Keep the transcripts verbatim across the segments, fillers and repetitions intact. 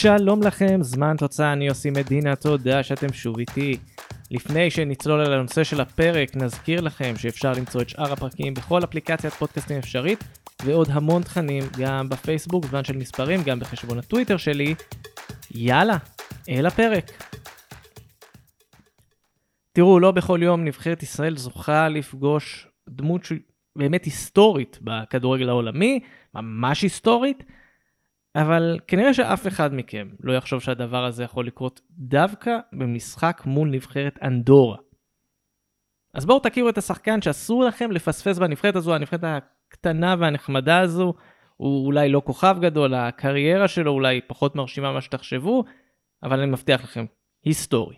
שלום לכם, זמן תוצאה, אני יוסי מדינה, תודה שאתם שוב איתי. לפני שנצלול על הנושא של הפרק, נזכיר לכם שאפשר למצוא את שאר הפרקים בכל אפליקציית פודקאסטים אפשרית, ועוד המון תכנים גם בפייסבוק, זמן של מספרים, גם בחשבון הטוויטר שלי. יאללה, אל הפרק. תראו, לא בכל יום נבחרת ישראל זוכה לפגוש דמות באמת היסטורית בכדורגל העולמי, ממש היסטורית, אבל כנראה שאף אחד מכם לא יחשוב שהדבר הזה יכול לקרות דווקא במשחק מול נבחרת אנדורה. אז בואו תכירו את השחקן שאסור לכם לפספס בנבחרת הזו, הנבחרת הקטנה והנחמדה הזו, הוא אולי לא כוכב גדול, הקריירה שלו אולי פחות מרשימה מה שתחשבו, אבל אני מבטיח לכם, היסטורי.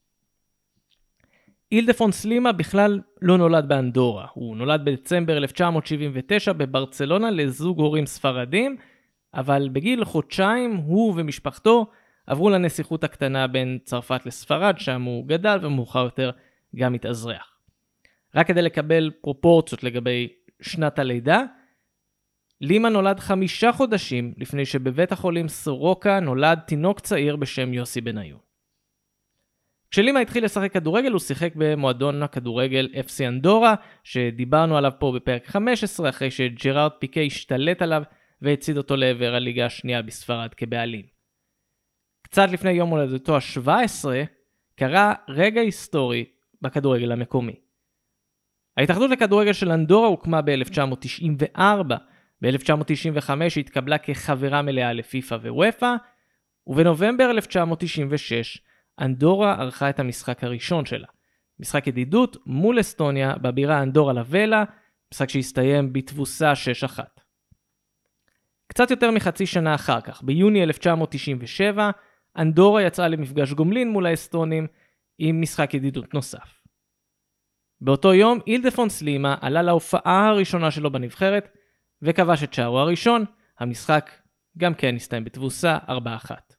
אילדפונס לימה בכלל לא נולד באנדורה, הוא נולד בדצמבר אלף תשע מאות שבעים ותשע בברצלונה לזוג הורים ספרדים, אבל בגיל חודשיים הוא ומשפחתו עברו לנסיכות הקטנה בין צרפת לספרד, שם הוא גדל ומאוחר יותר גם התאזרח. רק כדי לקבל פרופורציות לגבי שנת הלידה, לימה נולד חמישה חודשים לפני שבבית החולים סורוקה נולד תינוק צעיר בשם יוסי בניון. כשלימה התחיל לשחק כדורגל הוא שיחק במועדון הכדורגל אף סי אנדורה, שדיברנו עליו פה בפרק חמש עשרה, אחרי שג'רארד פיקה השתלט עליו והציד אותו לעבר הליגה השנייה בספרד כבעלים. קצת לפני יום הולדתו ה-שבע עשרה קרה רגע היסטורי בכדורגל המקומי. ההתאחדות לכדורגל של אנדורה הוקמה ב-אלף תשע מאות תשעים וארבע, ב-אלף תשע מאות תשעים וחמש היא התקבלה כחברה מלאה לפיפ"א ווופ"א, ובנובמבר אלף תשע מאות תשעים ושש אנדורה ערכה את המשחק הראשון שלה, משחק ידידות מול אסטוניה בבירה אנדורה לוולה, משחק שהסתיים בתבוסה שש אחת. קצת יותר מחצי שנה אחר כך, ביוני אלף תשע מאות תשעים ושבע, אנדורה יצאה למפגש גומלין מול האסטונים עם משחק ידידות נוסף. באותו יום, אילדפונס לימה עלה להופעה הראשונה שלו בנבחרת, וכבש את שערו הראשון, המשחק גם כן הסתיים בתבוסה ארבע אחת.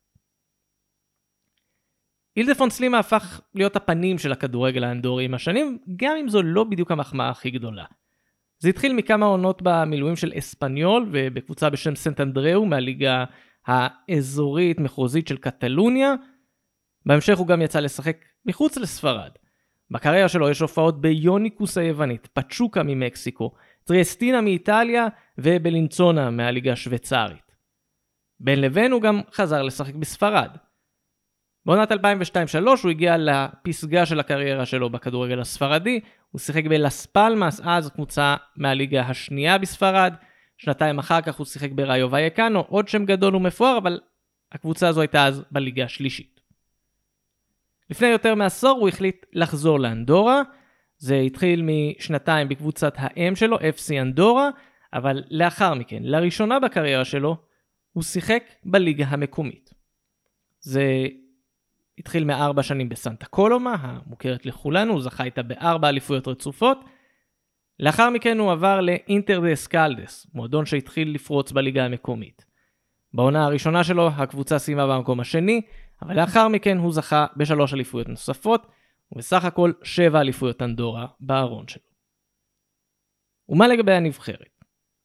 אילדפונס לימה הפך להיות הפנים של הכדורגל האנדורי עם השנים, גם אם זו לא בדיוק המחמאה הכי גדולה. זה התחיל מכמה עונות במילואים של אספניול ובקבוצה בשם סנט אנדראו מהליגה האזורית מחוזית של קטלוניה. בהמשך הוא גם יצא לשחק מחוץ לספרד. בקריירה שלו יש הופעות ביוניקוס היוונית, פצ'וקה ממקסיקו, טריאסטינה מאיטליה ובלינצונה מהליגה השוויצרית. בין לבין הוא גם חזר לשחק בספרד. בעונת אלפיים ושתיים שלוש הוא הגיע לפסגה של הקריירה שלו בכדורגל הספרדי, הוא שיחק בלס פלמאס, אז קבוצה מהליגה השנייה בספרד, שנתיים אחר כך הוא שיחק בראיו וייקנו, עוד שם גדול ומפואר, אבל הקבוצה הזו הייתה אז בליגה השלישית. לפני יותר מעשור הוא החליט לחזור לאנדורה, זה התחיל משנתיים בקבוצת האם שלו, אף סי אנדורה, אבל לאחר מכן, לראשונה בקריירה שלו, הוא שיחק בליגה המקומית. זה התחיל מארבע שנים בסנטה קולומה, המוכרת לכולנו, הוא זכה איתה בארבע אליפויות רצופות. לאחר מכן הוא עבר לאינטר דה אסקלדס, מועדון שהתחיל לפרוץ בליגה המקומית. בעונה הראשונה שלו הקבוצה סיימה במקום השני, אבל לאחר מכן הוא זכה בשלוש אליפויות נוספות, ובסך הכל שבע אליפויות אנדורה בארון שלו. ומה לגבי הנבחרת?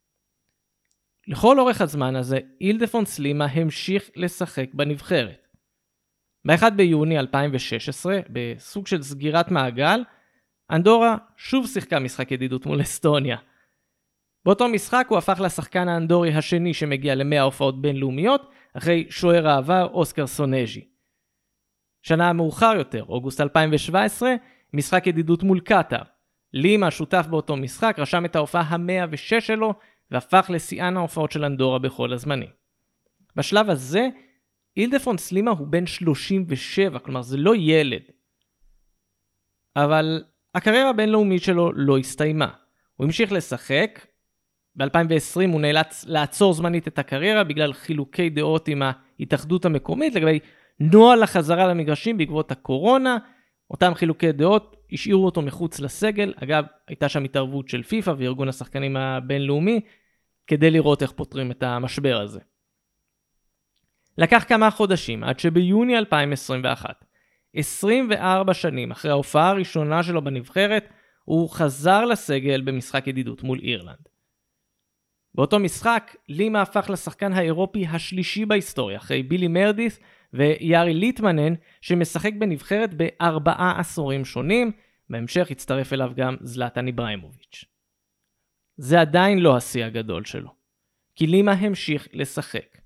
לכל אורך הזמן הזה, אילדפונס לימה המשיך לשחק בנבחרת. ב-אחד ביוני אלפיים ושש עשרה, בסוג של סגירת מעגל, אנדורה שוב שיחקה משחק ידידות מול אסטוניה. באותו משחק הוא הפך לשחקן האנדורי השני שמגיע ל-מאה הופעות בינלאומיות, אחרי שוער העבר אוסקר סונז'י. שנה מאוחר יותר, אוגוסט אלפיים שבע עשרה, משחק ידידות מול קטר. לימה, שותף באותו משחק, רשם את ההופעה ה-מאה ושש שלו, והפך לשיאן ההופעות של אנדורה בכל הזמנים. בשלב הזה, אילדפונס לימה הוא בן שלושים ושבע, כלומר זה לא ילד. אבל הקריירה הבינלאומית שלו לא הסתיימה. הוא המשיך לשחק. ב-אלפיים ועשרים הוא נאלץ לעצור זמנית את הקריירה בגלל חילוקי דעות עם ההתאחדות המקומית לגבי נוהל החזרה למגרשים בעקבות הקורונה. אותם חילוקי דעות השאירו אותו מחוץ לסגל. אגב, הייתה שם התערבות של פיפ"א וארגון השחקנים הבינלאומי כדי לראות איך פותרים את המשבר הזה. לקח כמה חודשים עד שביוני אלפיים עשרים ואחת, עשרים וארבע שנים אחרי ההופעה הראשונה שלו בנבחרת, הוא חזר לסגל במשחק ידידות מול אירלנד. באותו משחק, לימה הפך לשחקן האירופי השלישי בהיסטוריה, אחרי בילי מרדיס ויארי ליטמנן, שמשחק בנבחרת בארבעה עשורים שונים, בהמשך הצטרף אליו גם זלאטן איברהימוביץ'. זה עדיין לא השיא הגדול שלו, כי לימה המשיך לשחק.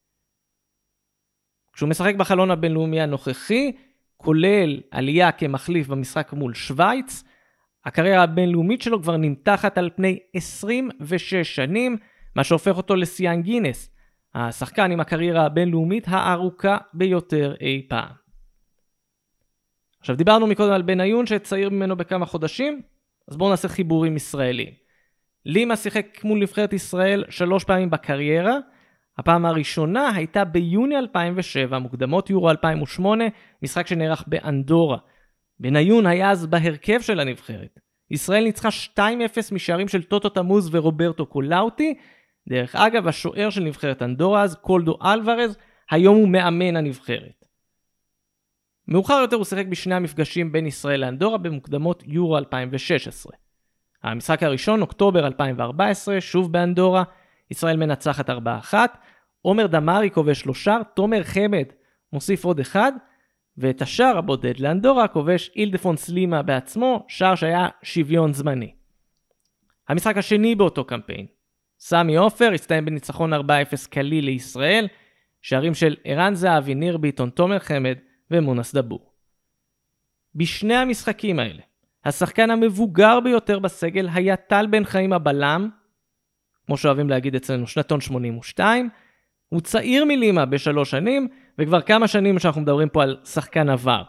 כשהוא משחק בחלון הבינלאומי הנוכחי, כולל עלייה כמחליף במשחק מול שוויץ, הקריירה הבינלאומית שלו כבר נמתחת על פני עשרים ושש שנים, מה שהופך אותו לשיאן גינס, השחקן עם הקריירה הבינלאומית הארוכה ביותר אי פעם. עכשיו דיברנו מקודם על בניון שצעיר ממנו בכמה חודשים, אז בואו נעשה חיבורים ישראלים. לימה שיחק מול נבחרת ישראל שלוש פעמים בקריירה, הפעם הראשונה הייתה ביוני אלפיים ושבע, מוקדמות יורו אלפיים ושמונה, משחק שנערך באנדורה. בניון היה אז בהרכב של הנבחרת. ישראל ניצחה שתיים אפס משערים של טוטו תמוז ורוברטו קולאוטי. דרך אגב, השוער של נבחרת אנדורה אז, קולדו אלוורז, היום הוא מאמן הנבחרת. מאוחר יותר הוא שיחק בשני המפגשים בין ישראל לאנדורה במוקדמות יורו אלפיים ושש עשרה. המשחק הראשון, אוקטובר אלפיים וארבע עשרה, שוב באנדורה, ישראל מנצחת ארבע אחת, עומר דמארי כובש לו שער, תומר חמד מוסיף עוד אחד, ואת השער הבודד לאנדורה כובש אילדפונס לימה בעצמו, שער שהיה שוויון זמני. המשחק השני באותו קמפיין, סמי עופר, הסתיים בניצחון ארבע אפס קליל לישראל, שערים של ערן זהבי, ניר ביטון, תומר חמד ומונס דבור. בשני המשחקים האלה, השחקן המבוגר ביותר בסגל היה טל בן חיים הבלם, כמו שאוהבים להגיד אצלנו, שנתון שמונים ושתיים, הוא צעיר מלימה בשלוש שנים, וכבר כמה שנים שאנחנו מדברים פה על שחקן עבר.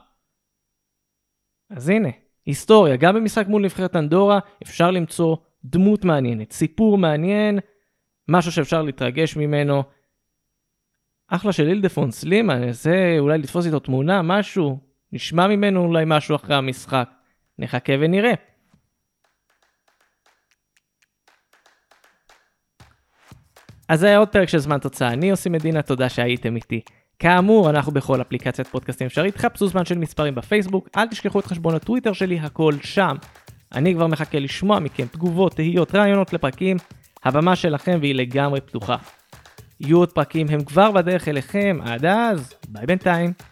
אז הנה, היסטוריה, גם במשחק מול נבחרת אנדורה, אפשר למצוא דמות מעניינת, סיפור מעניין, משהו שאפשר להתרגש ממנו. אחלה של אילדפונס לימה, זה אולי לתפוס איתו תמונה, משהו, נשמע ממנו אולי משהו אחרי המשחק. נחכה ונראה. אז זה היה עוד פרק של זמן תוצאה. אני עושה מדינה, תודה שהייתם איתי. כאמור, אנחנו בכל אפליקציית פודקאסטים אפשרית. חפשו זמן של מספרים בפייסבוק, אל תשכחו את חשבון הטוויטר שלי, הכל שם. אני כבר מחכה לשמוע מכם תגובות, תהיות, רעיונות לפרקים. הבמה שלכם והיא לגמרי פתוחה. יהיו עוד פרקים, הם כבר בדרך אליכם. עד אז, ביי בינתיים.